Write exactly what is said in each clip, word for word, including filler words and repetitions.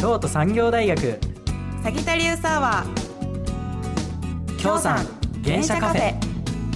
京都産業大学サギタリウスアワー京産原車カフェ。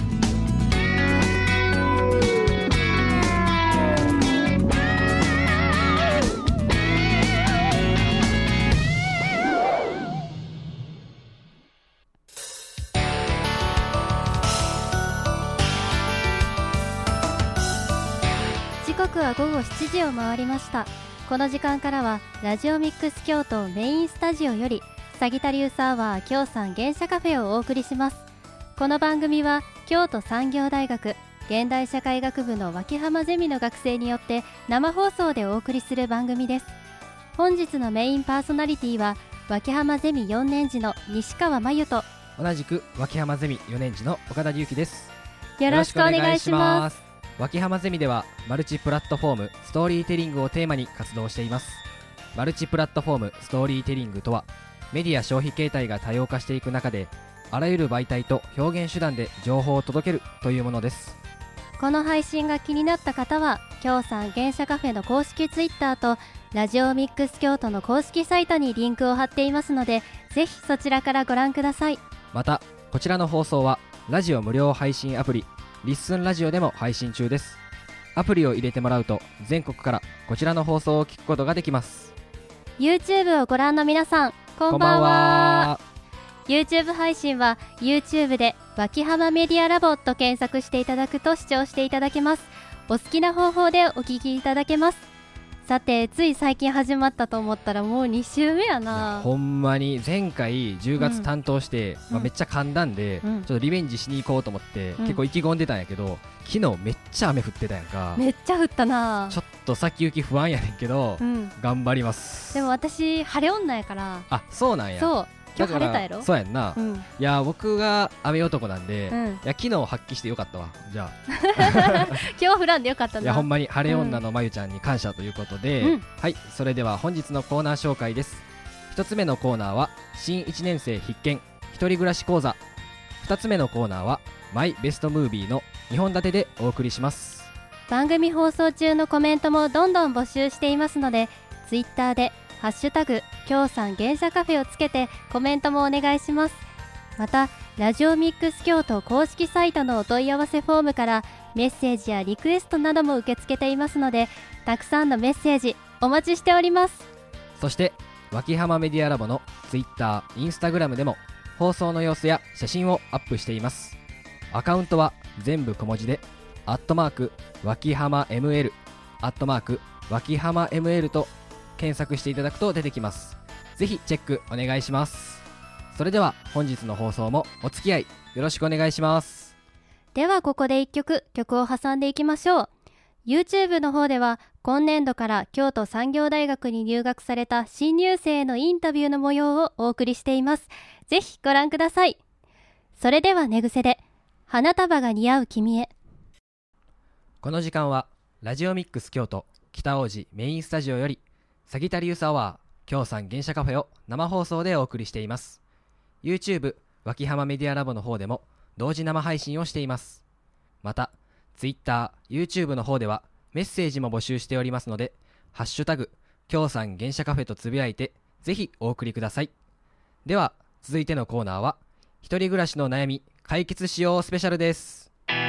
時刻は午後しちじを回りました。この時間からはラジオミックス京都メインスタジオよりサギタリウスアワー京産原車カフェをお送りします。この番組は京都産業大学現代社会学部の脇浜ゼミの学生によって生放送でお送りする番組です。本日のメインパーソナリティは脇浜ゼミよんねん次の西川真由と同じく脇浜ゼミよねん次の岡田隆起です。 よろしくお願いします。 脇浜ゼミではマルチプラットフォームストーリーテリングをテーマに活動しています。マルチプラットフォームストーリーテリングとは、メディア消費形態が多様化していく中であらゆる媒体と表現手段で情報を届けるというものです。 この配信が気になった方は京産原車カフェの公式ツイッターとラジオミックス京都の公式サイトにリンクを貼っていますので、ぜひそちらからご覧ください。 またこちらの放送はラジオ無料配信アプリリッスンラジオでも配信中です。アプリを入れてもらうと全国からこちらの放送を聞くことができます。 YouTube をご覧の皆さん、こんばんは。 YouTube 配信は YouTube で脇浜メディアラボと検索していただくと視聴していただけます。お好きな方法でお聞きいただけます。さて、つい最近始まったと思ったらもうに週目やな。 ほんまに前回じゅうがつ担当して、うんまあ、めっちゃ噛んだんで、うん、ちょっとリベンジしに行こうと思って、うん、結構意気込んでたんやけど、昨日めっちゃ雨降ってたやんか。 めっちゃ降ったな。 ちょっと先行き不安やねんけど、うん、頑張ります。 でも私晴れ女やから。あ、 そうなんや。 そう今日晴れたやろ。 そうやんな、うん、いや僕が雨男なんで、うん、いや昨日発揮してよかったわ。じゃあ今日降らんでよかったな。 いやほんまに晴れ女のまゆちゃんに感謝ということで、うん、はい、それでは本日のコーナー紹介です。ひとつめのコーナーは新いちねん生必見一人暮らし講座。ふたつめのコーナーはマイベストムービーのにほん立てでお送りします。 番組放送中のコメントもどんどん募集していますので、ツイッターでハッシュタグ京産原車カフェをつけてコメントもお願いします。またラジオミックス京都公式サイトのお問い合わせフォームからメッセージやリクエストなども受け付けていますので、たくさんのメッセージお待ちしております。 そして脇浜メディアラボのツイッター、インスタグラムでも放送の様子や写真をアップしています。アカウントは全部小文字でアットマーク脇浜 エムエル アットマーク脇浜 エムエル と検索していただくと出てきます。ぜひチェックお願いします。それでは本日の放送もお付き合いよろしくお願いします。 ではここでいっきょく曲を挟んでいきましょう。 YouTube の方では今年度から京都産業大学に入学された新入生へのインタビューの模様をお送りしています。ぜひご覧ください。それでは寝癖で花束が似合う君へ。 この時間はラジオミックス京都北王子メインスタジオよりサギタリウスアワー京産原車カフェを生放送でお送りしています。 YouTube 脇浜メディアラボの方でも同時生配信をしています。また Twitter、YouTube の方ではメッセージも募集しておりますので、ハッシュタグ京産原車カフェとつぶやいてぜひお送りください。では続いてのコーナーは一人暮らしの悩み解決しようスペシャルです。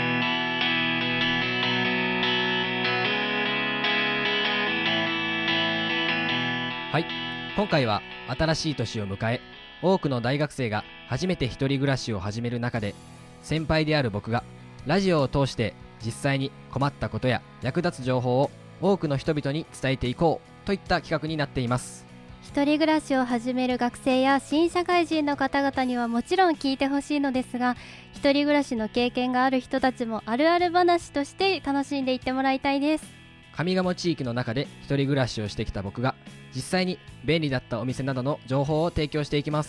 はい、今回は新しい年を迎え、多くの大学生が初めて一人暮らしを始める中で、先輩である僕がラジオを通して実際に困ったことや役立つ情報を多くの人々に伝えていこうといった企画になっています。 一人暮らしを始める学生や新社会人の方々にはもちろん聞いてほしいのですが、一人暮らしの経験がある人たちもあるある話として楽しんでいってもらいたいです。 上賀茂地域の中で一人暮らしをしてきた僕が実際に便利だったお店などの情報を提供していきます。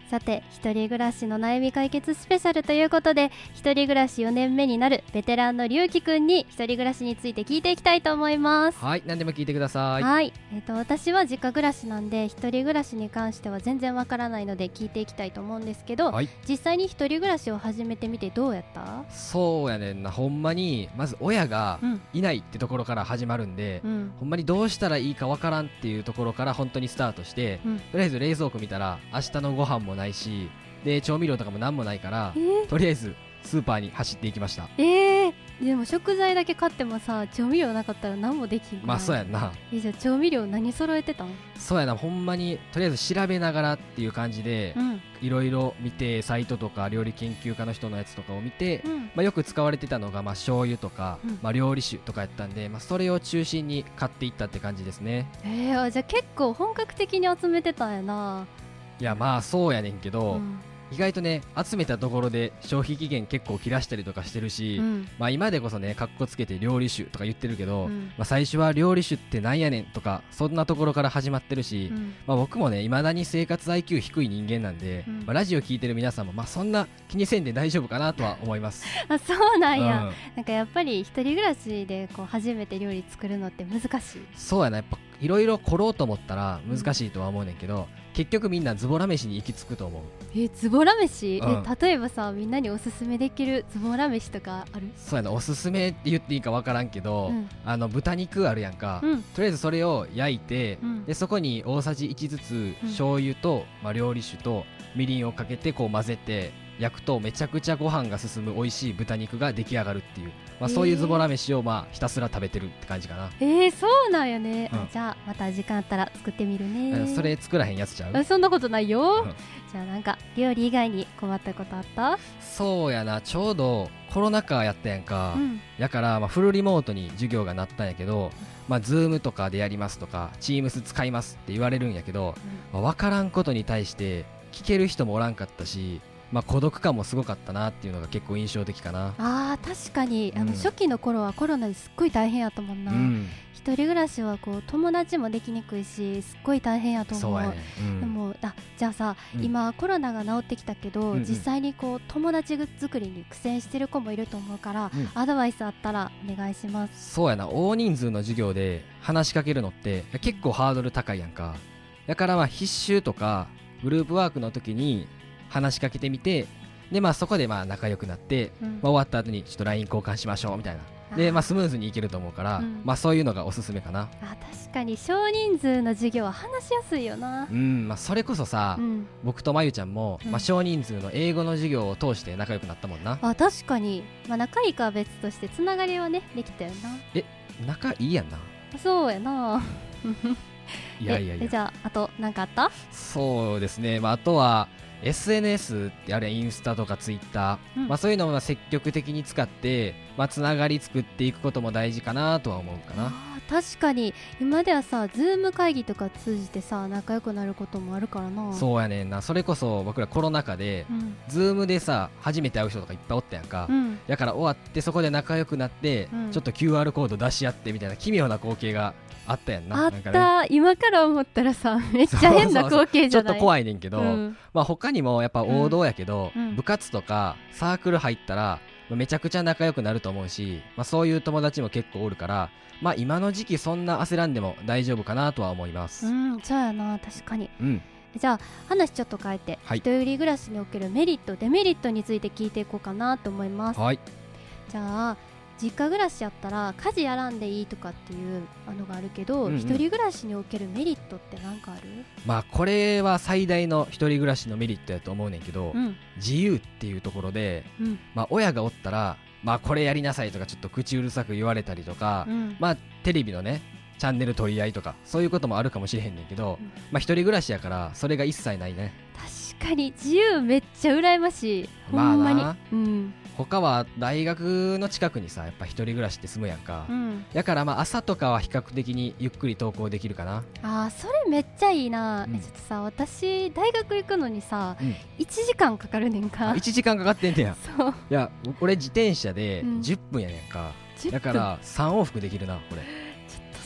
さて一人暮らしの悩み解決スペシャルということで、一人暮らしよねんめになるベテランのりゅうきくんに一人暮らしについて聞いていきたいと思います。 はい、何でも聞いてください。 はい、えー、と私は実家暮らしなんで一人暮らしに関しては全然わからないので聞いていきたいと思うんですけど、 はい、 実際に一人暮らしを始めてみてどうやった？ そうやねんな、ほんまにまず親がうんいないってところから始まるんで、 うんほんまにどうしたらいいかわからんっていうところから本当にスタートして、 うんとりあえず冷蔵庫見たら明日のご飯もないし、で調味料とかも何もないからえーとりあえずスーパーに走っていきました。 えー、でも食材だけ買ってもさ調味料なかったら何もできんくない？ まあそうやんな。 えじゃあ調味料何揃えてたん？ そうやな、ほんまにとりあえず調べながらっていう感じでうんいろいろ見て、サイトとか料理研究家の人のやつとかを見て、 うんまあ、よく使われてたのがまあ醤油とか、 うんまあ、料理酒とかやったんで、まあ、それを中心に買っていったって感じですね。 えー、あじゃあ結構本格的に集めてたんやな。 いやまあそうやねんけど、 うん意外とね集めたところで消費期限結構切らしたりとかしてるし、 うんまあ、今でこそねカッコつけて料理酒とか言ってるけど、 うんまあ、最初は料理酒ってなんやねんとかそんなところから始まってるし、 うんまあ、僕もね未だに生活 アイキュー 低い人間なんで、 うんまあ、ラジオ聞いてる皆さんもまあそんな気にせんで大丈夫かなとは思います。 あそうなんや、 うんなんかやっぱり一人暮らしでこう初めて料理作るのって難しい。 そうやな、やっぱいろいろ凝ろうと思ったら難しいとは思うねんけど、結局みんなズボラ飯に行き着くと思う。 えズボラ飯、 うんえ例えばさみんなにおすすめできるズボラ飯とかある？ そうやな、おすすめって言っていいか分からんけど、 うんあの豚肉あるやんか、 うんとりあえずそれを焼いて、 うんでそこに大さじいちずつうん醤油と、まあ、料理酒とみりんをかけてこう混ぜて焼くとめちゃくちゃご飯が進む美味しい豚肉が出来上がるっていう、まあ、そういうズボラ飯をまあひたすら食べてるって感じかな。 えー、そうなんやね、 うんあじゃあまた時間あったら作ってみるね。 うんそれ作らへんやつちゃう？ あそんなことないよ、 うんじゃあなんか料理以外に困ったことあった？ そうやな、ちょうどコロナ禍やったやんか、 うんやから、まあ、フルリモートに授業がなったんやけど、まあ、ズームとかでやりますとか Teams 使いますって言われるんやけど、まあ、分からんことに対して聞ける人もおらんかったし、まあ、孤独感もすごかったなっていうのが結構印象的かな。 あー確かにあの、 うん初期の頃はコロナですっごい大変やったもんな、 うん一人暮らしはこう友達もできにくいしすっごい大変やと思う。 そうやね、うんでもあじゃあさ、 うん今コロナが治ってきたけど、 うんうん実際にこう友達作りに苦戦してる子もいると思うから、 うんアドバイスあったらお願いします。 そうやな、大人数の授業で話しかけるのって結構ハードル高いやんか。だからまあ必修とかグループワークの時に話しかけてみて、でまあそこでまあ仲良くなって、 うんまあ、終わった後にちょっと ライン 交換しましょうみたいなで、まあ、スムーズにいけると思うから、 うんまあ、そういうのがおすすめかな。 あ確かに少人数の授業は話しやすいよなう。ん、まあ、それこそさ、 うん僕とまゆちゃんも、 うんまあ、少人数の英語の授業を通して仲良くなったもんな。 あ確かに、まあ、仲いいかは別としてつながりはねできたよな。 仲いいやんな。 そうやな。 いやいやいや。 えじゃああと何かあった？ そうですね、まあ、あとは エスエヌエス ってあれインスタとかツイッター、 うんまあ、そういうのをまあ積極的に使って、まあ、つながり作っていくことも大事かなとは思うかな。 あー確かに今ではさズーム会議とか通じてさ仲良くなることもあるからな。 そうやねんな。それこそ僕らコロナ禍で、 うんズームでさ初めて会う人とかいっぱいおったやんか、 うんだから終わってそこで仲良くなって、 うんちょっと キューアール コード出し合ってみたいな奇妙な光景があったやんな。 あっなんかた、 ね、 今から思ったらさめっちゃ変な光景ちょっとじゃない？ 怖いねんけど、 うんまあ、他にもやっぱ王道やけど、 うんうん部活とかサークル入ったらまあめちゃくちゃ仲良くなると思うし、まあ、そういう友達も結構おるから、まあ、今の時期そんな焦らんでも大丈夫かなとは思います。 ううん、 んそうやな確かに。じゃあ話ちょっと変えて、 はい一人暮らしにおけるメリットデメリットについて聞いていこうかなと思います。 はい。 じゃあ実家暮らしやったら家事やらんでいいとかっていうのがあるけど、 うんうん一人暮らしにおけるメリットって何かある？ まあこれは最大の一人暮らしのメリットやと思うねんけど、 うん自由っていうところで、 うんまあ、親がおったら、まあ、これやりなさいとかちょっと口うるさく言われたりとか、 うんまあ、テレビのねチャンネル取り合いとかそういうこともあるかもしれへんねんけど、 うんまあ、一人暮らしやからそれが一切ないね。 確かに自由めっちゃ羨ましい。ほんまに、 まあなうん他は大学の近くにさやっぱ一人暮らしって住むやんか、 うん、 だからまあ朝とかは比較的にゆっくり登校できるかな。 あーそれめっちゃいいな、 うんえちょっとさ私大学行くのにさうんいちじかんかかるねんか。 いちじかんかかってんねや。 そういや俺自転車でうんじゅっぷんやねんか、 じゅっぷんだからさん往復できるなこれ。 ちょっと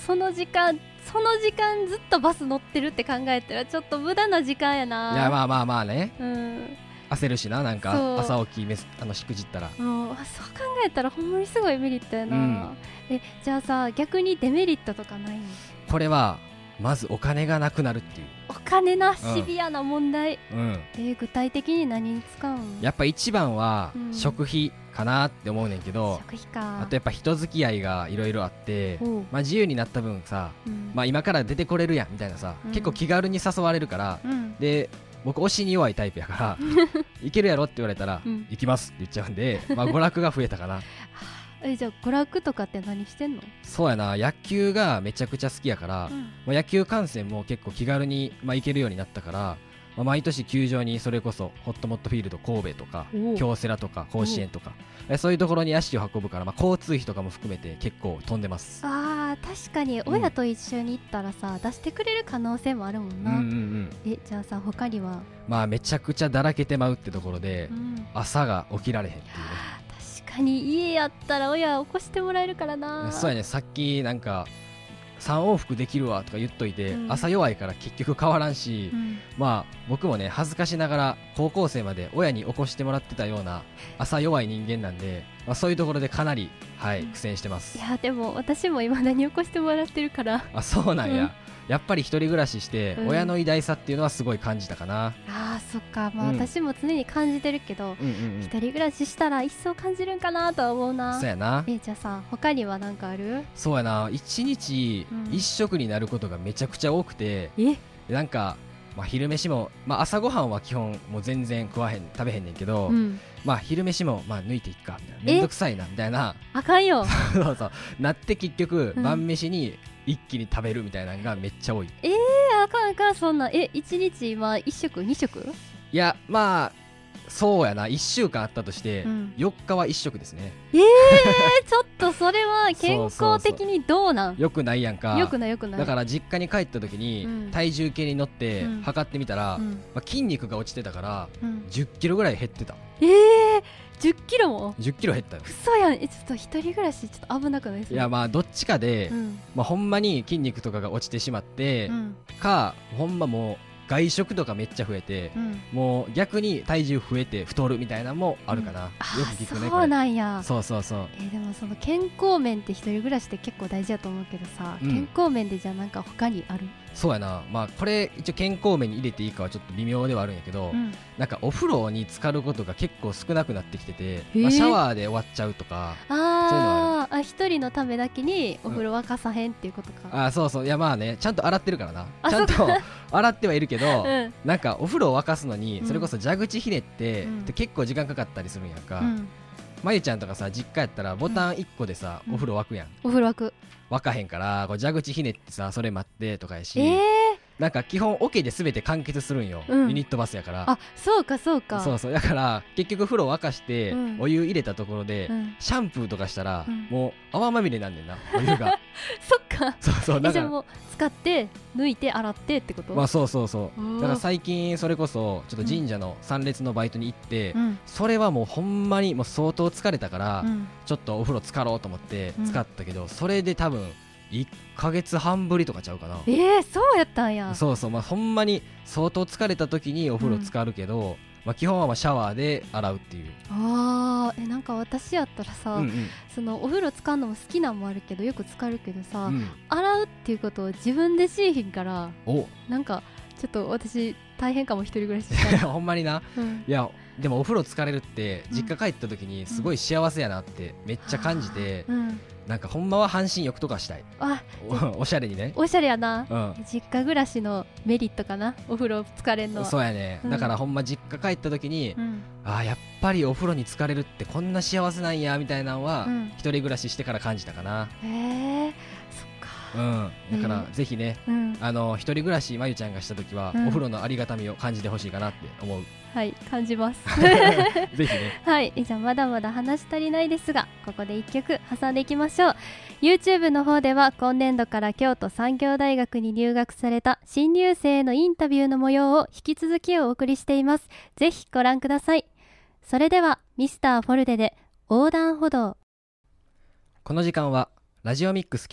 その時間その時間ずっとバス乗ってるって考えたらちょっと無駄な時間やな。 いやまあまあまあね、 うん、 焦るしな、なんかそう朝起きめすあのしくじったら、 うん、あそう考えたらほんまにすごいメリットやな、 うん、 えじゃあさ逆にデメリットとかないの？ これはまずお金がなくなるっていう。 お金な、 んシビアな問題、 うんえー具体的に何に使うん？ やっぱ一番はうん食費かなって思うねんけど、 食費か。 あとやっぱ人付き合いがいろいろあって、 おうまあ、自由になった分さ、 うんまあ、今から出てこれるやんみたいなさ、 うん結構気軽に誘われるから、 うんで僕推しに弱いタイプやから行けるやろって言われたら、 うん行きますって言っちゃうんで、まあ、娯楽が増えたかな。 えじゃあ娯楽とかって何してんの？ そうやな、野球がめちゃくちゃ好きやから、 うんまあ、野球観戦も結構気軽に、まあ、行けるようになったから、まあ、毎年球場にそれこそホットモットフィールド神戸とかおう京セラとか甲子園とかえそういうところに足を運ぶから、まあ、交通費とかも含めて結構飛んでます。 あー確かに親と一緒に行ったらさ、出してくれる可能性もあるもんな、 うんうんうんえじゃあさ他には、 まあめちゃくちゃだらけてまうってところで、 うん朝が起きられへんっていうね。 確かに家やったら親起こしてもらえるからな。 そうやね、さっきなんかさん往復できるわとか言っといて、 うん朝弱いから結局変わらんし、 うんまあ僕もね恥ずかしながら高校生まで親に起こしてもらってたような朝弱い人間なんで、まあ、そういうところでかなり、はい、苦戦してます。 いやでも私も未だに起こしてもらってるからあそうなんや、 うんやっぱり一人暮らししてうん親の偉大さっていうのはすごい感じたかな。 あーそっか、まあうん私も常に感じてるけど、 うんうんうん一人暮らししたら一層感じるんかなとは思うな。 そうやな。 えじゃあさ他には何かある？ そうやな、一日うん一食になることがめちゃくちゃ多くて、 えなんか、まあ、昼飯も、まあ、朝ごはんは基本もう全然食わへん食べへんねんけど、 うんまあ昼飯もまあ抜いていっかみたいな、めんどくさいなみたいなあかんよそうそうなって結局うん晩飯に一気に食べるみたいなのがめっちゃ多い。 えー、あかんあかんそんなえ一日今一食二食？ いやまあそうやな、いっしゅうかんあったとして、 うんよっかは一食ですね。 えー、ちょっとそれは健康的にどうなん？ よくないやんか。 よくないよくない。 だから実家に帰った時にうん体重計に乗ってうん測ってみたら、 うんまあ、筋肉が落ちてたからうんじゅっキロぐらい減ってた。 えー、じゅっキロも？ じゅっキロ減ったよ。 嘘やん。えちょっと一人暮らしちょっと危なくない？それいやまあどっちかで、 うんまあ、ほんまに筋肉とかが落ちてしまって、 うんかほんまもう外食とかめっちゃ増えて、 うんもう逆に体重増えて太るみたいなのもあるかな、 あよく聞くーそうねこれ。 なんや。 そうそうそう。 えーでもその健康面って一人暮らしって結構大事だと思うけどさ、 うん健康面でじゃあなんか他にある？ そうやな、まあこれ一応健康面に入れていいかはちょっと微妙ではあるんやけど、 うんなんかお風呂に浸かることが結構少なくなってきてて、 ーまあ、シャワーで終わっちゃうとか。そういうのはあーあ一人のためだけにお風呂沸かさへんっていうことか、 あーそうそう、いやまあねちゃんと洗ってるからな、 あちゃんとそう洗ってはいるけど、 うんなんかお風呂を沸かすのにうんそれこそ蛇口ひねって、 うんで結構時間かかったりするんやんか、 うん、 まゆちゃんとかさ実家やったらボタンいっこでさ、 うんお風呂沸くやん。 お風呂沸く。 沸かへんからこう蛇口ひねってさそれ待ってとかやし、 えー、 なんか基本オケで全て完結するんよ、 うんユニットバスやから。 あそうかそうか。 そうそうだから結局風呂沸かして、 うんお湯入れたところで、 うん、 シャンプーとかしたら、 うんもう泡まみれなんねんなお湯がそっか。 そうそうえだからじゃあもう使って抜いて洗ってってこと？ まあそうそうそううんだから最近それこそちょっと神社の参列のバイトに行って、 うんそれはもうほんまにもう相当疲れたから、 うんちょっとお風呂浸かろうと思ってうん使ったけど、それで多分いっかげつはんぶりとかちゃうかな。 えー、そうやったんや。 そうそう、まあ、ほんまに相当疲れた時にお風呂浸かるけど、まあ、基本はまあシャワーで洗うっていう。 あーえなんか私やったらさ、 うんうんそのお風呂使うのも好きなんもあるけどよく浸かるけどさ、 うん洗うっていうことを自分でしいひんからおなんかちょっと私大変かも一人暮らししたら、 ほんまにな。 うんいやでもお風呂疲れるってうん実家帰った時にすごい幸せやなってめっちゃ感じて、 うん、 なんかほんまは半身浴とかしたいあおおしゃれにね。 おしゃれやな、 うん実家暮らしのメリットかなお風呂疲れんのは。 そうやね、 うんだからほんま実家帰った時に、 うんあーやっぱりお風呂に浸かれるってこんな幸せなんやみたいなのは、 うん一人暮らししてから感じたかな。 へえそっか。 うんだからうんぜひね、 うんあの一人暮らしまゆちゃんがした時は、 うんお風呂のありがたみを感じてほしいかなって思うはい感じますぜひね。 はいじゃあまだまだ話足りないですがここでいっきょく挟んでいきましょう。 YouTube の方では今年度から京都産業大学に入学された新入生へのインタビューの模様を引き続きお送りしています。ぜひご覧ください。それではミスターフォルデで横断歩道。 この時間はラジオミックス京都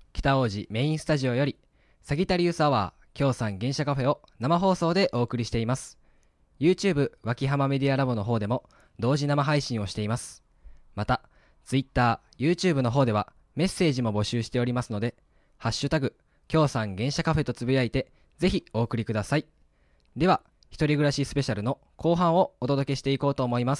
北王子メインスタジオよりサギタリウスアワー京さん原車カフェを生放送でお送りしています。 YouTube 脇浜メディアラボの方でも同時生配信をしています。また Twitter、YouTube の方ではメッセージも募集しておりますので、ハッシュタグ京さん原車カフェとつぶやいてぜひお送りください。では一人暮らしスペシャルの後半をお届けしていこうと思います。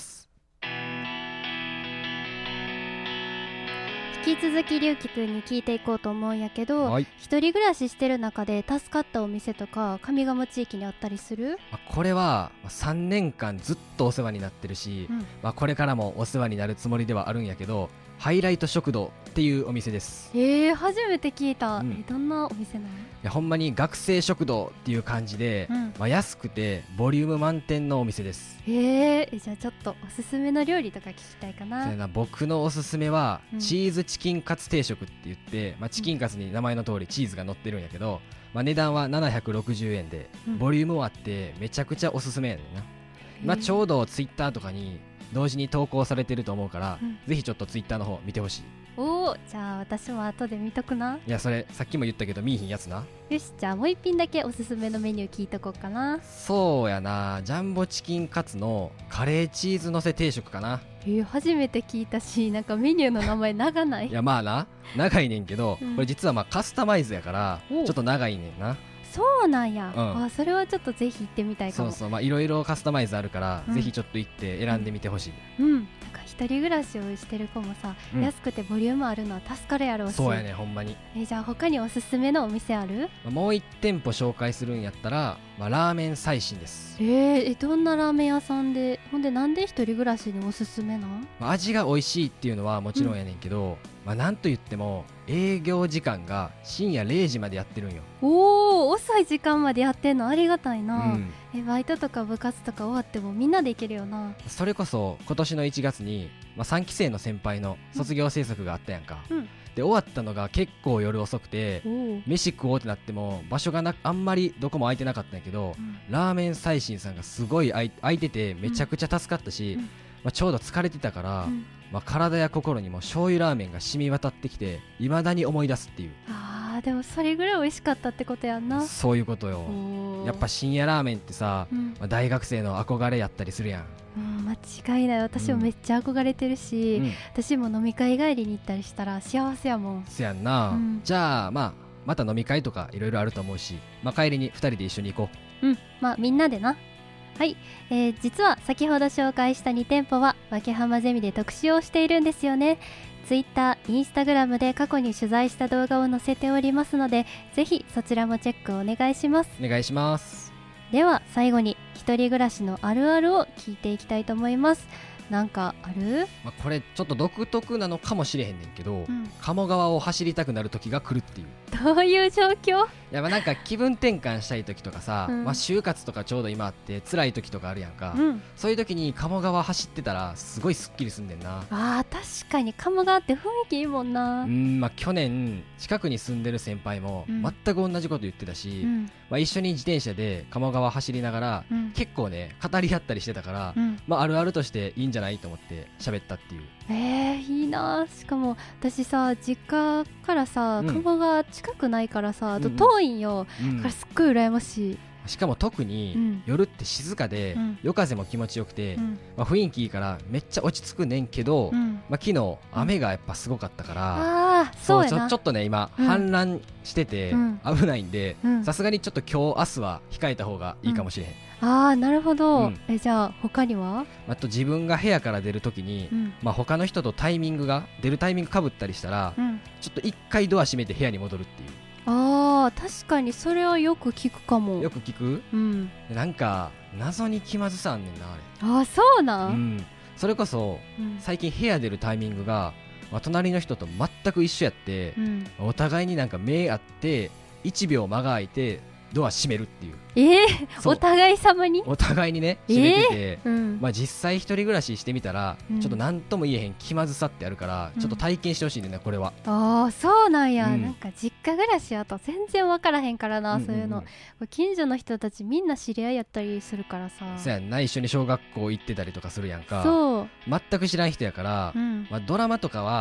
引き続きりゅうきくんに聞いていこうと思うんやけど、 はい、 一人暮らししてる中で助かったお店とか上賀茂地域にあったりする？ まあこれはさんねんかんずっとお世話になってるし、 うんまあ、これからもお世話になるつもりではあるんやけど、ハイライト食堂っていうお店です。 えー、初めて聞いた、 うんえどんなお店なの？ いやほんまに学生食堂っていう感じで、 うんまあ、安くてボリューム満点のお店です。 えー、えじゃあちょっとおすすめの料理とか聞きたいかな。 そうやな、僕のおすすめは、 うんチーズチキンカツ定食って言って、まあ、チキンカツに名前の通りチーズが乗ってるんやけど、まあ、値段はななひゃくろくじゅうえんで、 うんボリュームもあってめちゃくちゃおすすめやねんな。まあ、ちょうどツイッターとかに同時に投稿されてると思うから、 うんぜひちょっとツイッターの方見てほしい。 おー、じゃあ私も後で見とくな。 いやそれさっきも言ったけど見いひんやつな。 よし、じゃあもう一品だけおすすめのメニュー聞いとこうかな。 そうやな、ジャンボチキンカツのカレーチーズのせ定食かな。 えー、初めて聞いたし、なんかメニューの名前長ないいやまあな、長いねんけど、 うんこれ実はまあカスタマイズやからちおょっと長いねんな。 そうなんや、 うんあそれはちょっとぜひ行ってみたいかも。 そうそう、まあいろいろカスタマイズあるから、 うんぜひちょっと行って選んでみてほしい。 うん、なんか一人暮らしをしてる子もさ、 うん安くてボリュームあるのは助かるやろうし。 そうやね、ほんまに。 えじゃあ他におすすめのお店ある？ まあもう一店舗紹介するんやったら、まあ、ラーメン最新です。 えー、えどんなラーメン屋さんで、ほんでなんで一人暮らしにおすすめなん？ まあ味が美味しいっていうのはもちろんやねんけど、まあなんと言っても営業時間が深夜れいじまでやってるんよ。 おー、遅い時間までやってんのありがたいな、 うんえバイトとか部活とか終わってもみんなで行けるよな。 それこそ今年のいちがつに、まあ、さんきせいの先輩の卒業制作があったやんか、 うんで終わったのが結構夜遅くて、 おー、 飯食おうってなっても場所がなあんまりどこも空いてなかったんやけど、 うんラーメン最新さんがすごい空い空いててめちゃくちゃ助かったし、 うんまあ、ちょうど疲れてたから、 うんまあ、体や心にも醤油ラーメンが染み渡ってきて未だに思い出すっていう、 あーでもそれぐらい美味しかったってことやんな。 そういうことよ。 おーやっぱ深夜ラーメンってさ、 うんまあ、大学生の憧れやったりするやん。 うん、間違いない。私もめっちゃ憧れてるし、 うん、 私も飲み会帰りに行ったりしたら幸せやもん。 そやんな、 うんじゃあまあまた飲み会とかいろいろあると思うし、まあ、帰りにふたりで一緒に行こうん、まあみんなでな。はい、えー実は先ほど紹介したに店舗は脇浜ゼミで特集をしているんですよね。ツイッター、インスタグラムで過去に取材した動画を載せておりますので、ぜひそちらもチェックお願いします。 う。お願いします。 では最後に一人暮らしのあるあるを聞いていきたいと思います。なんかある？ まあ、これちょっと独特なのかもしれへんねんけど、 うん鴨川を走りたくなる時が来るっていう。 どういう状況？ いやまあなんか気分転換したい時とかさ、 うんまあ、就活とかちょうど今あって辛い時とかあるやんか、 うん、 そういう時に鴨川走ってたらすごいすっきりすんねんな。 あー確かに鴨川って雰囲気いいもんな。 うん、まあ、去年近くに住んでる先輩もうん全く同じこと言ってたし、 うんまあ、一緒に自転車で鴨川走りながらうん結構ね語り合ったりしてたから、 うんまあ、あるあるとしていいんじゃないと思って喋ったっていう。 えー、いいな。しかも私さ実家からさうん鴨川近くないからさ、あとうんうん遠いんよ、 うんだからすっごい羨ましい。 しかも特にうん夜って静かで、 うん夜風も気持ちよくて、 うんまあ、雰囲気いいからめっちゃ落ち着くねんけど、 うんまあ、昨日雨がやっぱすごかったから、 ああそうやな。 ちょちょっとね今、 うん氾濫しててうん危ないんでうんさすがにちょっと今日明日は控えた方がいいかもしれへん、 ああなるほど、 うんえじゃあ他には？ あと自分が部屋から出るときに、 うんまあ、他の人とタイミングが出るタイミングかぶったりしたら、 うんちょっと一回ドア閉めて部屋に戻るっていあー確かにそれはよく聞くかも。 う。よく聞く？ うん、 なんか謎に気まずさあんねんなああーそうなれ、 ん、 うん、それこそうん最近部屋出るタイミングが、まあ、隣の人と全く一緒やってう、ん、 お互いになんか目合っていちびょう間が空いてドア閉めるっていう。 えー、 そうお互い様に？ お互いにね閉めてて、 うん、 まあ、実際一人暮らししてみたら、 うんちょっと何とも言えへん気まずさってあるから、 うんちょっと体験してほしいねんなこれは。 ああそうなんや、 うんなんか実家暮らしやと全然分からへんからな、そういうの。これ近所の人たちみんな知り合いやったりするからさ。 そうやんな、一緒に小学校行ってたりとかするやんか。 そう、 全く知らん人やから、 うんまあ、ドラマとかは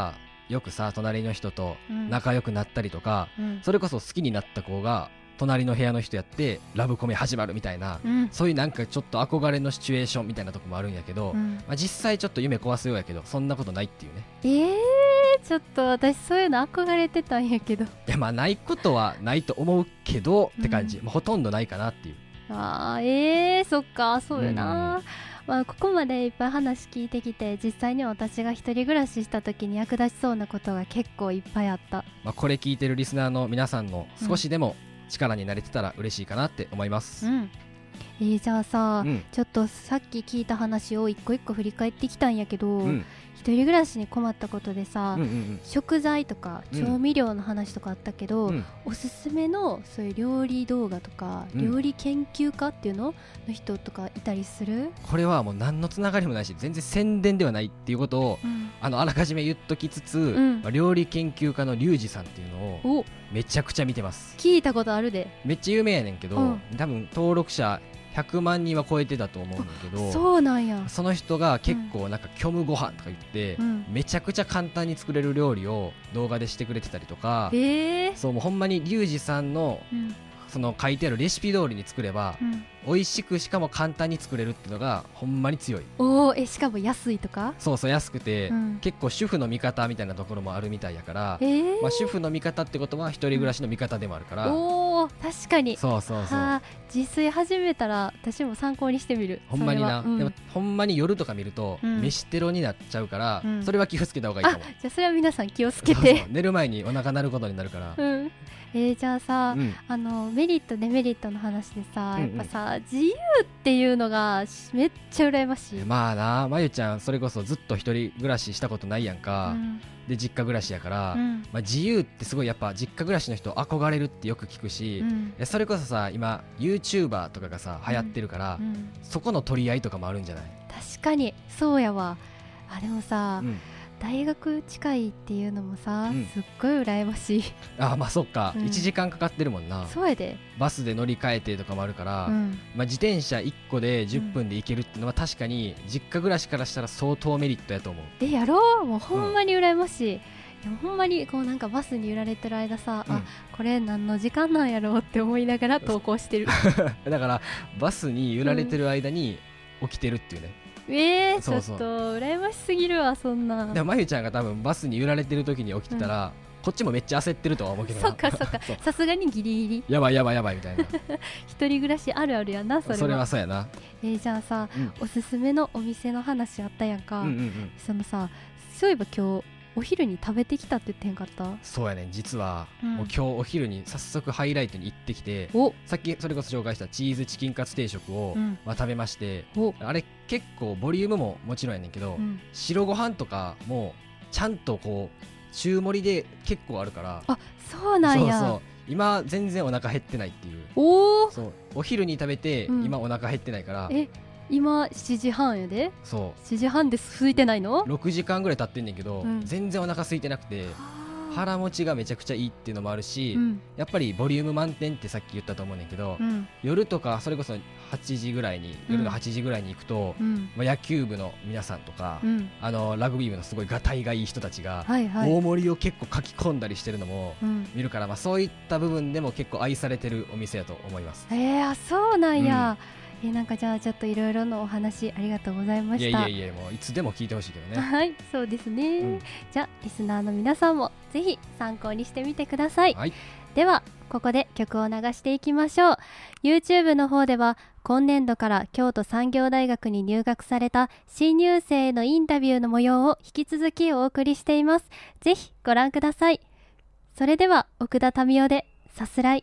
よくさ隣の人とうん仲良くなったりとか、 うんそれこそ好きになった子が隣の部屋の人やってラブコメ始まるみたいな、 うんそういうなんかちょっと憧れのシチュエーションみたいなとこもあるんやけど、 うんまあ、実際ちょっと夢壊すようやけどそんなことないっていうね。 えー、ちょっと私そういうの憧れてたんやけど。 いやまあないことはないと思うけどって感じ、 うんまあ、ほとんどないかなっていう。 あーえー、そっかそうよな、まあ、ここまでいっぱい話聞いてきて実際に私が一人暮らしした時に役立ちそうなことが結構いっぱいあった。 まあ、これ聞いてるリスナーの皆さんの少しでも力になれてたら嬉しいかなって思います。 うんえー、じゃあさ、 うんちょっとさっき聞いた話を一個一個振り返ってきたんやけど、 うん一人暮らしに困ったことでさ、 うんうん食材とかうん調味料の話とかあったけど、 うんうんおすすめのそういう料理動画とか、 うん料理研究家っていうのの人とかいたりする？ これはもう何のつながりもないし全然宣伝ではないっていうことをうんあのあらかじめ言っときつつ、 んまあ料理研究家のリュウジさんっていうのをおめちゃくちゃ見てます。 聞いたことあるで。 めっちゃ有名やねんけど、 うん多分登録者ひゃくまんにんは超えてたと思うんだけど、 そうなんや。 その人が結構なんか虚無ご飯とか言って、 うんめちゃくちゃ簡単に作れる料理を動画でしてくれてたりとか、 えーそうもうほんまにリュウジさんのうんその書いてあるレシピ通りに作れば、 うん美味しくしかも簡単に作れるっていうのがほんまに強い。 おーえしかも安いとか？ そうそう安くて、 うん結構主婦の味方みたいなところもあるみたいやからえ、ーまあ、主婦の味方ってことは一人暮らしの味方でもあるから、 おー確かに。 そうそうそうはあ自炊始めたら私も参考にしてみる。 ほんまにな、 それはうんでもほんまに夜とか見ると、 うん飯テロになっちゃうから、 うんそれは気をつけた方がいいあかも。 じゃあそれは皆さん気をつけそうそうて。 寝る前にお腹鳴ることになるから、 うんえー、じゃあさ、 うんあのメリットデメリットの話でさ、 うんうんやっぱさ自由っていうのがめっちゃ羨ましい。 まあなまゆちゃんそれこそずっと一人暮らししたことないやんか、 うんで実家暮らしやから、 うんまあ、自由ってすごいやっぱ実家暮らしの人憧れるってよく聞くし、 うんえそれこそさ今 YouTuber とかがさ流行ってるから、 うんそこの取り合いとかもあるんじゃない？ 確かにそうやわ。あでもさ、 うん大学近いっていうのもさ、 うんすっごい羨ましい。 あまあそっか、 うんいちじかんかかってるもんな。 そうやで、 バスで乗り換えてとかもあるから、 うん、 まあ、自転車いっこでじゅっぷんで行けるっていうのは確かに実家暮らしからしたら相当メリットやと思う。 えやろうもうほんまに羨ましい、でもほんまにこうなんかバスに揺られてる間さ、 うんあこれ何の時間なんやろうって思いながら投稿してる。 だからバスに揺られてる間に起きてるっていうね、 えー、 そうそうちょっと羨ましすぎるわそんな。 でもまゆちゃんが多分バスに揺られてる時に起きてたら、こっちもめっちゃ焦ってるとは思うけどなそっかそっかそうさすがにギリギリやばいやばいやばいみたいな一人暮らしあるあるやなそれは。 それはそうやな、 えーじゃあさ、 うんおすすめのお店の話あったやんか、 うんうんうん、 そのさそういえば今日お昼に食べてきたって言ってへんかった？ そうやねん実は、 うんもう今日お昼に早速ハイライトに行ってきて、 おさっきそれこそ紹介したチーズチキンカツ定食を、 うんまあ、食べまして、 お、 あれ結構ボリュームももちろんやねんけど、 うん、 白ご飯とかもちゃんとこう中盛りで結構あるからあそうなんや。 そうそう今全然お腹減ってないっていう。 おーそうお昼に食べて、 うん今お腹減ってないから、 え今しちじはんやで。 そしちじはんです空いてないの？ うろくじかんぐらい経ってんねんけど、 うん全然お腹空いてなくて腹持ちがめちゃくちゃいいっていうのもあるし、 うんやっぱりボリューム満点ってさっき言ったと思うねんけど、 うん夜とかそれこそはちじぐらいに夜のはちじぐらいに行くと、 うんまあ、野球部の皆さんとか、 うんあのラグビー部のすごいがたいがいい人たちが、 はいはい、 大盛りを結構書き込んだりしてるのもうん、 見るから、まあ、そういった部分でも結構愛されてるお店やと思います。 えー、あそうなんや、えなんかじゃあちょっといろいろのお話ありがとうございまいやした。 いやいやもういつでも聞いてほしいけどね。 はいそうですね、 うんじゃあリスナーの皆さんもぜひ参考にしてみてください。 はい、 ではここで曲を流していきましょう。 YouTube の方では今年度から京都産業大学に入学された新入生へのインタビューの模様を引き続きお送りしています。ぜひご覧ください。それでは奥田民生でさすらい。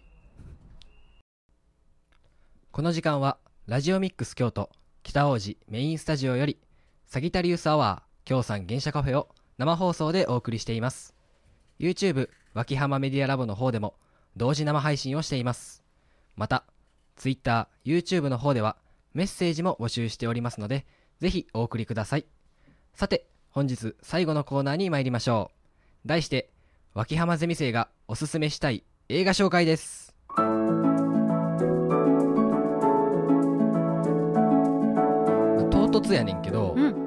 この時間はラジオミックス京都北王子メインスタジオよりサギタリウスアワー京さん原車カフェを生放送でお送りしています。 YouTube 脇浜メディアラボの方でも同時生配信をしています。また Twitter、YouTube の方ではメッセージも募集しておりますのでぜひお送りください。さて本日最後のコーナーに参りましょう。題して脇浜ゼミ生がおすすめしたい映画紹介です。唐突やねんけど、 うん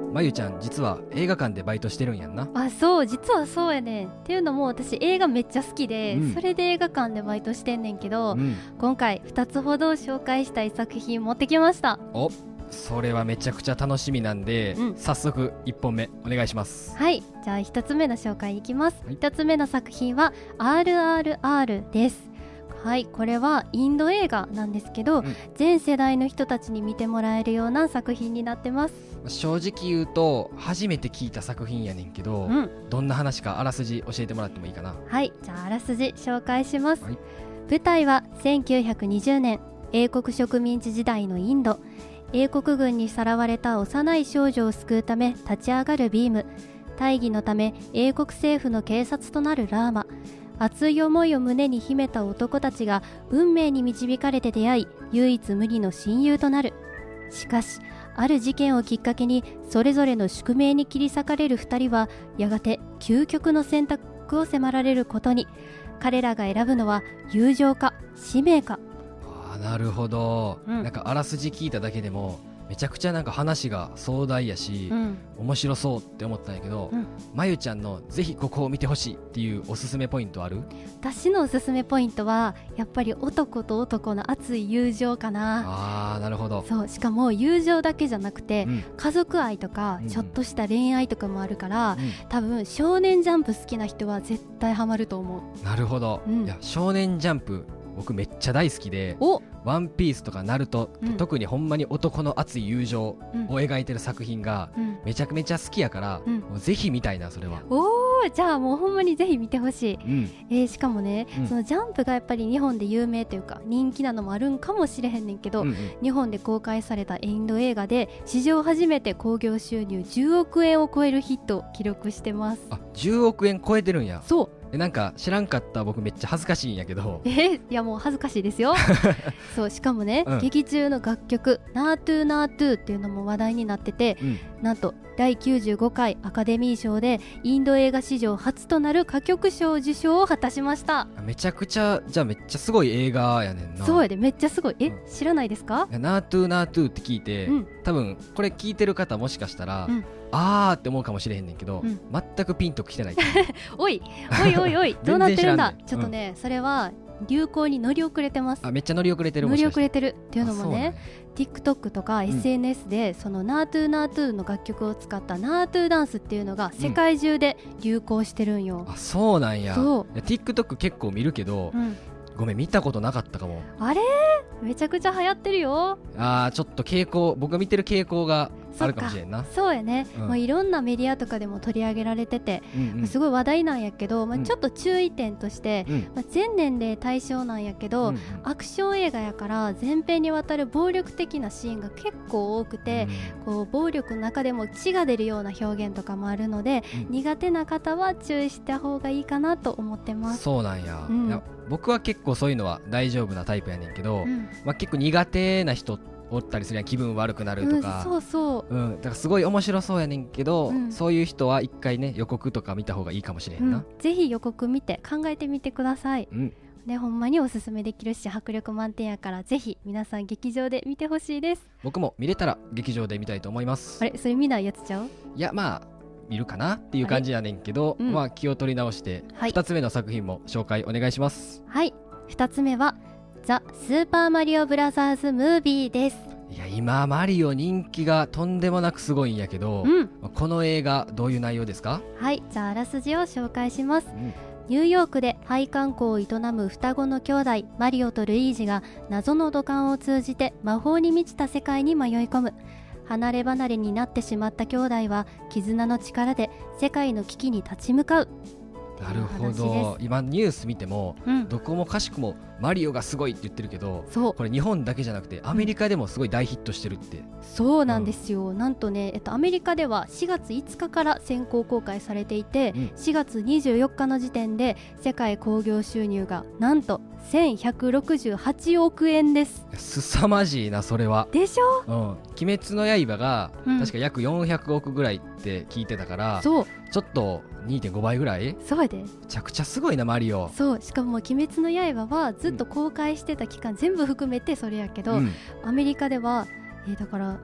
まゆちゃん実は映画館でバイトしてるんやんな。 あ、そう、実はそうやねん。っていうのも私映画めっちゃ好きで、 うんそれで映画館でバイトしてんねんけど、 うん、 今回ふたつほど紹介したい作品持ってきました。 お、それはめちゃくちゃ楽しみなんで、 うん早速いっぽんめお願いします。 はい、じゃあひとつめの紹介いきます。 はいひとつめの作品は アールアールアール です。はい、これはインド映画なんですけど、 うん全世代の人たちに見てもらえるような作品になってます。 正直言うと初めて聞いた作品やねんけど、 うん、 どんな話かあらすじ教えてもらってもいいかな。 はい、じゃああらすじ紹介します。 はい、 舞台はせんきゅうひゃくにじゅうねん、英国植民地時代のインド。英国軍にさらわれた幼い少女を救うため立ち上がるビーム。大義のため英国政府の警察となるラーマ。熱い思いを胸に秘めた男たちが運命に導かれて出会い、唯一無二の親友となる。しかしある事件をきっかけにそれぞれの宿命に切り裂かれる二人はやがて究極の選択を迫られることに。彼らが選ぶのは友情か使命か。 あーなるほど、 うんなんかあらすじ聞いただけでもめちゃくちゃなんか話が壮大やし、 うん面白そうって思ったんやけど、 うんまゆちゃんのぜひここを見てほしいっていうおすすめポイントある？ 私のおすすめポイントはやっぱり男と男の熱い友情かな。 あーなるほど。 そう、しかも友情だけじゃなくて、 うん家族愛とかうんちょっとした恋愛とかもあるから、 う多分少年ジャンプ好きな人は絶対ハマると思う。 ん、なるほど、 うんいや少年ジャンプ僕めっちゃ大好きで、 お、 ワンピースとかナルト、 うん特にほんまに男の熱い友情をうん描いてる作品がうん、 めちゃくめちゃ好きやから、 うんもうぜひ見たいなそれは。 おー、じゃあもうほんまにぜひ見てほしい。 うんえーしかもね、 うんそのジャンプがやっぱり日本で有名というか人気なのもあるんかもしれへんねんけど、 うんうん日本で公開されたインド映画で史上初めて興行収入じゅうおくえんを超えるヒットを記録してます。 あじゅうおくえん超えてるんや。 そう、 えなんか知らんかった僕めっちゃ恥ずかしいんやけど、 えーいやもう恥ずかしいですよそうしかもね、 うん劇中の楽曲「ナートゥーナートゥー」っていうのも話題になってて、 うんなんとだいきゅうじゅうごかいアカデミー賞でインド映画史上初となる歌曲賞受賞を果たしました。 めちゃくちゃじゃあめっちゃすごい映画やねんな。 そうやで、めっちゃすごい。え、 うん知らないですか？ いやナートゥーナートゥーって聞いて、 うん多分これ聞いてる方もしかしたら、 うんあーって思うかもしれへんねんけど、 うん全くピンときてないおいおいおいおいどうなってるんだ全然知らんねんちょっとね、それは流行に乗り遅れてます。 あめっちゃ乗り遅れてる。 乗りもしかして遅れてるっていうのもね、 あそうなんや TikTok とかんエスエヌエス で、そのナートゥーナートゥーの楽曲を使ったナートゥーダンスっていうのが世界中で流行してるんよ。 あそうなんや。 そういや TikTok 結構見るけど、 うん、 ごめん見たことなかったかも。 あれめちゃくちゃ流行ってるよ。 あーちょっと傾向僕が見てる傾向があるかもしれんな。 そうやね、 うんもういろんなメディアとかでも取り上げられてて、 うんうんすごい話題なんやけど、まあ、 うんちょっと注意点として、 うんまあ、全年齢対象なんやけど、 うんうんアクション映画やから全編にわたる暴力的なシーンが結構多くて、こう暴力の中でも血が出るような表現とかもあるので、 うん苦手な方は注意した方がいいかなと思ってます。 そうなんや、 うんいや僕は結構そういうのは大丈夫なタイプやねんけど、 うんまあ、結構苦手な人おったりするやん。気分悪くなるとうん、 か、 そうそううん、だからすごい面白そうやねんけど、 うんそういう人は一回ね予告とか見た方がいいかもしれへんな。 うん、ぜひ予告見て考えてみてください。 うん、 ね、ほんまにおすすめできるし迫力満点やからぜひ皆さん劇場で見てほしいです。 僕も見れたら劇場で見たいと思います。 あれそれ見ないやつちゃう？ いやまあ見るかなっていう感じやねんけど、 うんまあ気を取り直してはいふたつめの作品も紹介お願いします。 はいふたつめはザ・スーパーマリオブラザーズ・ムービーです。 いや今マリオ人気がとんでもなくすごいんやけど、 うんこの映画どういう内容ですか？ はいじゃああらすじを紹介します。 うんニューヨークで配管工を営む双子の兄弟マリオとルイージが謎の土管を通じて魔法に満ちた世界に迷い込む。離れ離れになってしまった兄弟は絆の力で世界の危機に立ち向かう。 なるほっていう話どで。 今ニュース見てもうん、 どこもかしくもマリオがすごいって言ってるけど、 そうこれ日本だけじゃなくてアメリカでもすごい大ヒットしてるって。 そうなんですよ、なんとね、えっと、アメリカではしがついつかから先行公開されていて、 うんしがつにじゅうよっかの時点で世界興行収入がなんとせんひゃくろくじゅうはちおくえんです。 すさまじいなそれは。 でしょ。 うん、鬼滅の刃がうん確か約よんひゃくおくぐらいって聞いてたから、 そうちょっと にてんごばいぐらい。めそうやで。 ちゃくちゃすごいなマリオ。 そうしかも「鬼滅の刃」はずっと公開してた期間全部含めてそれやけど、 うんアメリカでは、えーだから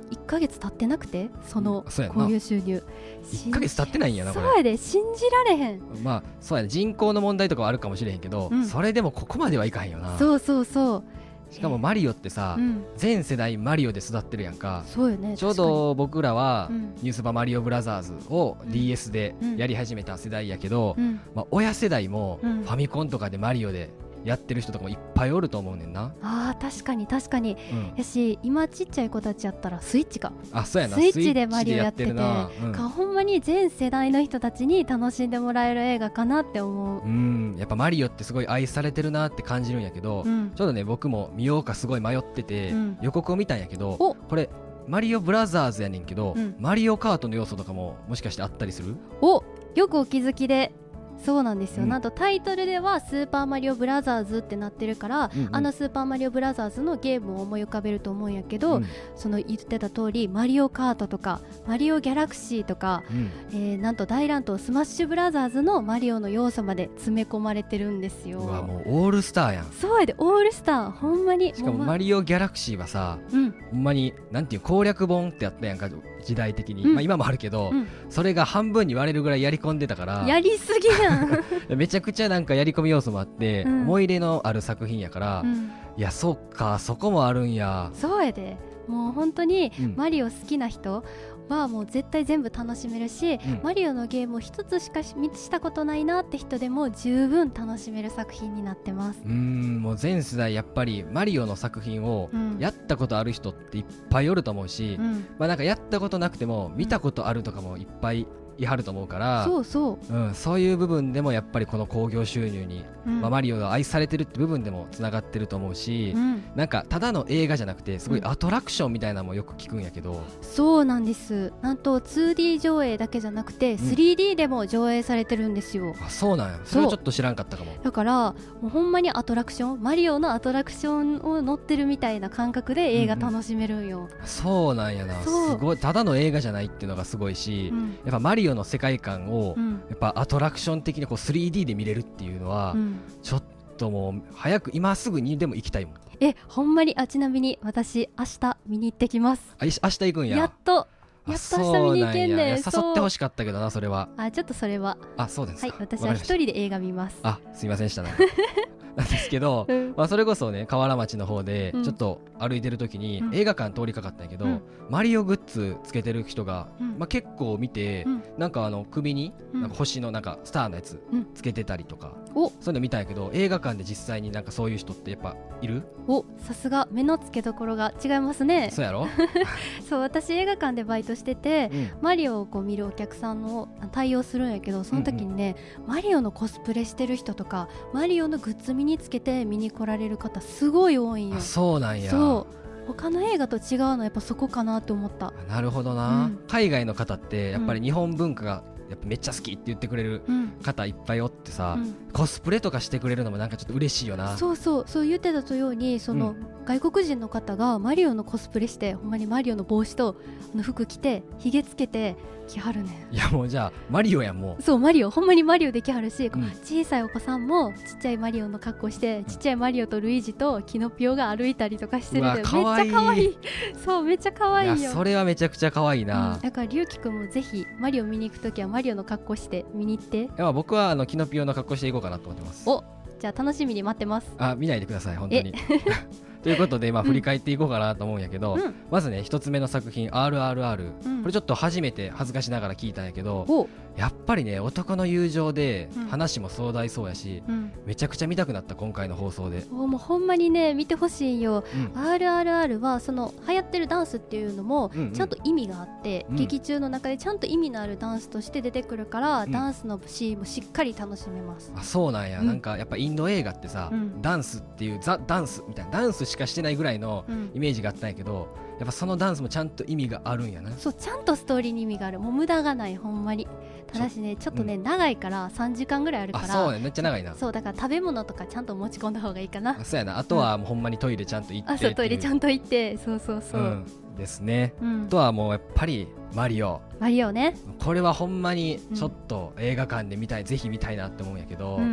いっかげつ経ってなくてそのうんそうやんな興行収入いっかげつ経ってないんやなこれ。 そうやで信じられへん。 まあそうやね、人口の問題とかはあるかもしれへんけど、 うんそれでもここまではいかへんよな。 そうそうそうしかもマリオってさ、 うん全世代マリオで育ってるやんか。 そうよねちょうど僕らは、 うんニュースバマリオブラザーズをうんディーエス でやり始めた世代やけど、 うんまあ、親世代もうんファミコンとかでマリオでやってる人とかもいっぱいおると思うねんな。 あー確かに確かにうんやし今ちっちゃい子たちやったらスイッチかあそうやな、 スイッチでマリオやっててスイッチでやってるな。 かほんまに全世代の人たちに楽しんでもらえる映画かなって思ううん、うんやっぱマリオってすごい愛されてるなって感じるんやけど、 うんちょうどね僕も見ようかすごい迷ってて、 うん予告を見たんやけど、 おこれマリオブラザーズやねんけど、 うんマリオカートの要素とかももしかしてあったりする？ およくお気づきでそうなんですよ、 うんなんとタイトルではスーパーマリオブラザーズってなってるから、 うんうんあのスーパーマリオブラザーズのゲームを思い浮かべると思うんやけど、 うんその言ってた通りマリオカートとかマリオギャラクシーとか、 うんえーなんと大乱闘スマッシュブラザーズのマリオの要素まで詰め込まれてるんですよ。 うわもうオールスターやん。 そうやでオールスターほんまにしかもうまマリオギャラクシーはさ、 うんほんまになんていう攻略本ってやったやんか時代的に、 うんまあ、今もあるけど、 うんそれが半分に割れるぐらいやり込んでたからやりすぎやん、 めちゃくちゃなんかやり込み要素もあって、 うん思い入れのある作品やから、 うんいやそっかそこもあるんや。 そうやでもう本当にうんマリオ好きな人はもう絶対全部楽しめるし、 うんマリオのゲームを一つしかししたことないなって人でも十分楽しめる作品になってます。 うーんもう全世代やっぱりマリオの作品をうんやったことある人っていっぱいおると思うし、 うん、 まあなんかやったことなくても見たことあるとかもいっぱいいはると思うから、 そうそう、 うん、そういう部分でもやっぱりこの興行収入に、 うんまあ、マリオが愛されてるって部分でもつながってると思うし、 うん、 なんかただの映画じゃなくてすごいうんアトラクションみたいなのもよく聞くんやけど、 そうなんです。なんと ツーディー 上映だけじゃなくて スリーディー でも上映されてるんですよ。 あそうなんや。それはちょっと知らんかったかも。 だからもうほんまにアトラクションマリオのアトラクションを乗ってるみたいな感覚で映画楽しめるんよ。 そうなんやな。 そうすごいただの映画じゃないっていうのがすごいし、 うんやっぱマリオの世界観を、 うんやっぱアトラクション的にこう スリーディー で見れるっていうのは、 うんちょっともう早く今すぐにでも行きたいもん。 えほんまにあちなみに私明日見に行ってきます。 あいし明日行くんや。 やっとあやっと明日見に行けんねん。 そうなんや。いや誘ってほしい。 しかったけどなそれは。 あちょっとそれはあそうですか。 はい私わかりましたは一人で映画見ます。 あすいませんでしたねなんですけど、 うんまあ、それこそね河原町の方でうんちょっと歩いてる時にうん映画館通りかかったんやけど、 うんマリオグッズつけてる人が、 うんまあ、結構見て、 うんなんかあの首にうんなんか星のなんかスターのやつうんつけてたりとか、 おそういうの見たんやけど映画館で実際になんかそういう人ってやっぱいる？ おさすが目の付けどころが違いますね。 そうやろ、 そう私映画館でバイトしてて、 うんマリオをこう見るお客さんの対応するんやけどその時にね、マリオのコスプレしてる人とかマリオのグッズ身につけて見に来られる方すごい多いんよ。 あそうなんや。 そう他の映画と違うのやっぱそこかなと思った。 なるほどな、 うん海外の方ってやっぱり日本文化がやっぱめっちゃ好きって言ってくれるうん方いっぱいおってさ、 うんコスプレとかしてくれるのもなんかちょっと嬉しいよな。 そうそうそう言ってたようにその、 う外国人の方がマリオのコスプレしてほんまにマリオの帽子とあの服着てひげつけて来はるねん。 いやもうじゃあマリオやんもう。 そうマリオほんまにマリオできはるし、こううん小さいお子さんもちっちゃいマリオの格好してちっちゃいマリオとルイージとキノピオが歩いたりとかしてるうわでめっちかわいいゃ可愛いそうめっちゃ可愛いよ。 いやそれはめちゃくちゃ可愛いな、 うんだからりゅうきくんもぜひマリオ見に行くときはマリオの格好して見に行って。 いや僕はあのキノピオの格好していこうかなと思ってます。 おじゃあ楽しみに待ってます。 あ見ないでください本当にということで、まあ、振り返っていこうかなと思うんやけど、 うんまずね一つ目の作品 アールアールアール、 うんこれちょっと初めて恥ずかしながら聞いたんやけど、 おやっぱりね男の友情でうん話も壮大そうやし、 うんめちゃくちゃ見たくなった今回の放送で、 おもうほんまにね見てほしいよ。 うんアールアールアール はその流行ってるダンスっていうのもうんうんちゃんと意味があって、 うん劇中の中でちゃんと意味のあるダンスとして出てくるから、 うんダンスのシーンもしっかり楽しめます。 あそうなんや、 うんなんかやっぱインド映画ってさ、 うんダンスっていうザ・ダンスみたいなダンスしかしてないぐらいのうんイメージがあったんやけど、やっぱそのダンスもちゃんと意味があるんやな。 そうちゃんとストーリーに意味がある。もう無駄がないほんまに。ただしねちょっとね、長いからさんじかんぐらいあるから。 あそうねめっちゃ長いな。 そうだから食べ物とかちゃんと持ち込んだ方がいいかな。 あそうやな、あとはもうほんまにトイレちゃんと行ってあそうトイレちゃんんと行ってそうそうそう、 うん、ですね。 うんあとはもうやっぱりマリオ、 マリオね、 これはほんまにちょっと映画館で見たい、ぜひ見たいなって思うんやけど、 うん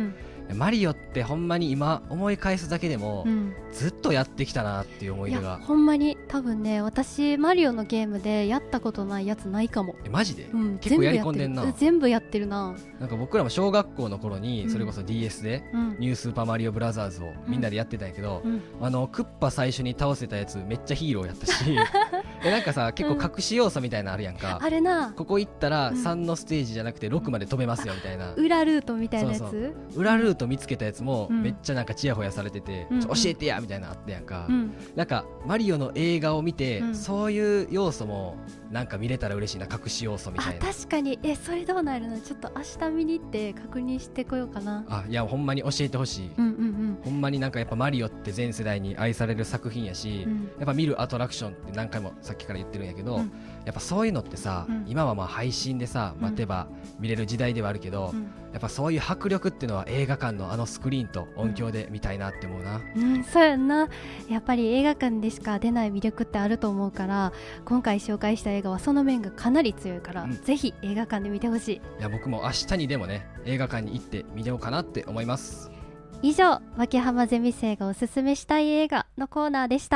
マリオってほんまに今思い返すだけでも、 うん、 ずっとやってきたなっていう思い出が。 いやほんまに多分ね、私マリオのゲームでやったことないやつないかも。 えマジで、 うん、 結構やり込んでんな。 全部やってるな。 なんか僕らも小学校の頃にそれこそ ディーエス で、 うん、 ニュースーパーマリオブラザーズをみんなでやってたんやけど、うん、あのクッパ最初に倒せたやつめっちゃヒーローやったしでなんかさ結構隠し要素みたいなのあるやんか、 うん、あれな、 ここ行ったらさんのステージじゃなくてろくまで飛べますよみたいな、 裏ルートみたいなやつ。 そうそう裏ルート見つけたやつもめっちゃなんかチヤホヤされてて、 うん、 教えてやみたいなのあったやんか、 うん、 なんかマリオの映画を見て、 うん、 そういう要素もなんか見れたら嬉しいな、隠し要素みたいな。 あ確かに。えそれどうなるの、ちょっと明日見に行って確認してこようかな。 あいやほんまに教えてほしい、 うんうんうん、 ほんまになんかやっぱマリオって全世代に愛される作品やし、うん、やっぱ見るアトラクションって何回もさっきから言ってるんやけど、うん、やっぱそういうのってさ、うん、今はまあ配信でさ待てば見れる時代ではあるけど、うん、やっぱそういう迫力っていうのは映画館のあのスクリーンと音響で見たいなって思うな、 うんうん、そうやんな。やっぱり映画館でしか出ない魅力ってあると思うから、今回紹介した映画はその面がかなり強いから、うん、ぜひ映画館で見てほしい。いや僕も明日にでもね映画館に行って見ようかなって思います。 以上、脇浜ゼミ生がおすすめしたい映画のコーナーでした。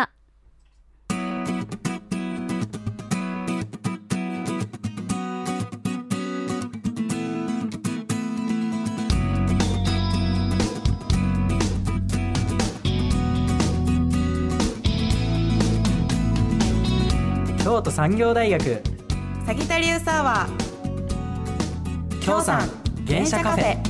京都産業大学サギタリウスアワー京産原車カフェ。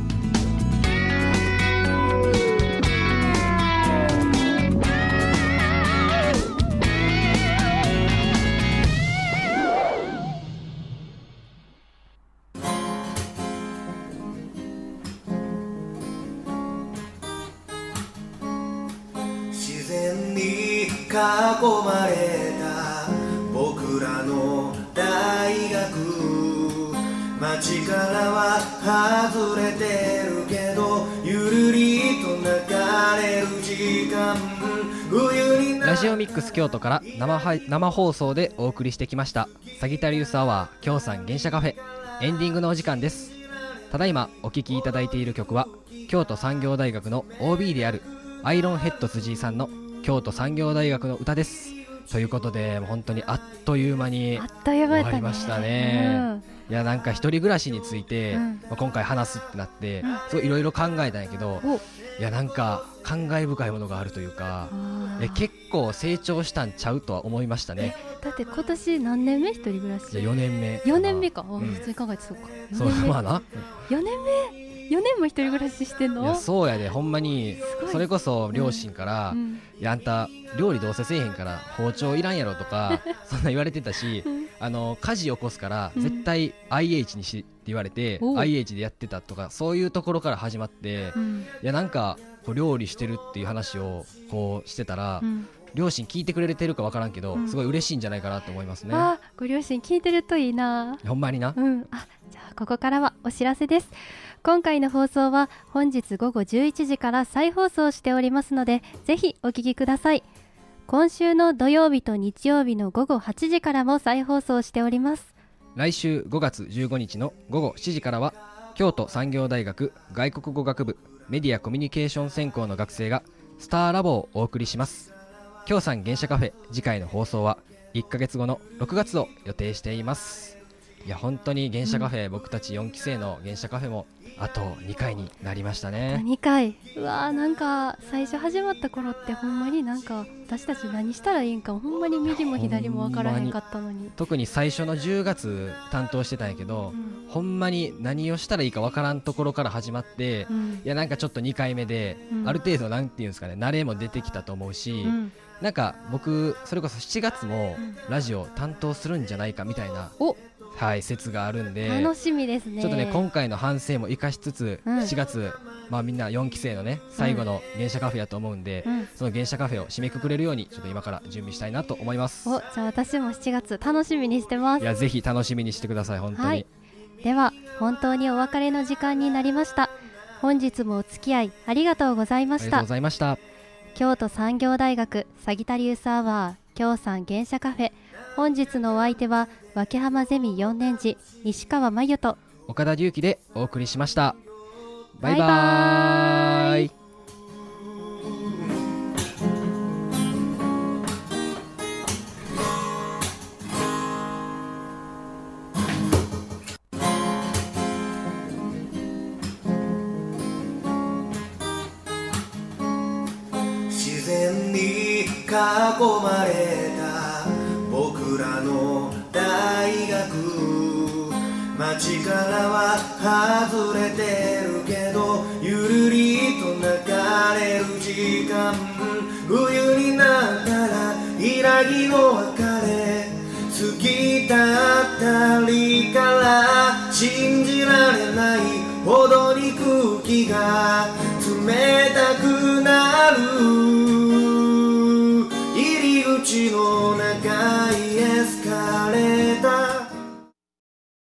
自然に囲まれた僕らの大学、街からは外れてるけどゆるりと流れる時間、冬になラジオミックス京都から 生, は生放送でお送りしてきましたサギタリウスアワー京産原車カフェ、エンディングのお時間です。ただいまお聴きいただいている曲は京都産業大学の オービー であるアイロンヘッド辻井さんの京都産業大学の歌です。ということで本当にあっという間に終わりましたね。いやなんか一人暮らしについて、うんまあ、今回話すってなって、うん、すごいいろいろ考えたんやけど、いやなんか感慨深いものがあるというか、え結構成長したんちゃうとは思いましたね。 だって今年何年目一人暮らし？ いやよねんめ。 よねんめか、うん、普通に考えてそうか。 そうまあな。 よねんめ。よねんも一人暮らししてんの？ いやそうやで、ほんまにそれこそ両親から、うん、いやあんた料理どうせせえへんから包丁いらんやろとかそんな言われてたし、うん、あの家事起こすから絶対 アイエイチ にしって言われて、うん、アイエイチ でやってたとかそういうところから始まって、うん、いやなんかこう料理してるっていう話をこうしてたら、うん、両親聞いてくれてるか分からんけど、うん、すごい嬉しいんじゃないかなと思いますね。 あご両親聞いてるといいな。 ほんまにな、 うん、あじゃあここからはお知らせです。今回の放送は本日午後じゅういちじから再放送しておりますので、ぜひお聞きください。今週の土曜日と日曜日の午後はちじからも再放送しております。 来週ごがつじゅうごにちの午後しちじからは京都産業大学外国語学部メディアコミュニケーション専攻の学生がスターラボをお送りします。京産原車カフェ、次回の放送はいっかげつごのろくがつを予定しています。いや本当に原車カフェ、うん、僕たちよんき生の原車カフェもあとにかいになりましたね。 にかい、うわーなんか最初始まった頃ってほんまになんか私たち何したらいいんかほんまに右も左も分からへんかったのに、 特に最初のじゅうがつ担当してたんやけど、うん、ほんまに何をしたらいいか分からんところから始まって、うん、いやなんかちょっとにかいめで、うん、ある程度なんていうんですかね、慣れも出てきたと思うし、うん、なんか僕それこそしちがつもラジオ担当するんじゃないかみたいな、うん、はい、説があるんで楽しみですね。 ちょっとね今回の反省も生かしつつ、うん、しがつ、まあ、みんなよんき生のね最後の原車カフェやと思うんで、うん、その原車カフェを締めくくれるようにちょっと今から準備したいなと思います。 おじゃあ私もしちがつ楽しみにしてます。 いやぜひ楽しみにしてください本当に、はい、 では本当にお別れの時間になりました。本日もお付き合いありがとうございました。 ありがとうございました。 京都産業大学サギタリウスアワー京産原車カフェ、本日のお相手は脇浜ゼミよんねん次西川真由と岡田隆樹でお送りしました。 バイバーイ。 自然に囲まれた僕らの大学、街からは外れてるけどゆるりと流れる時間、冬になったらイラギの別れ、好きだったりから信じられないほどに空気が冷たくなる、入り口の長いエスカレー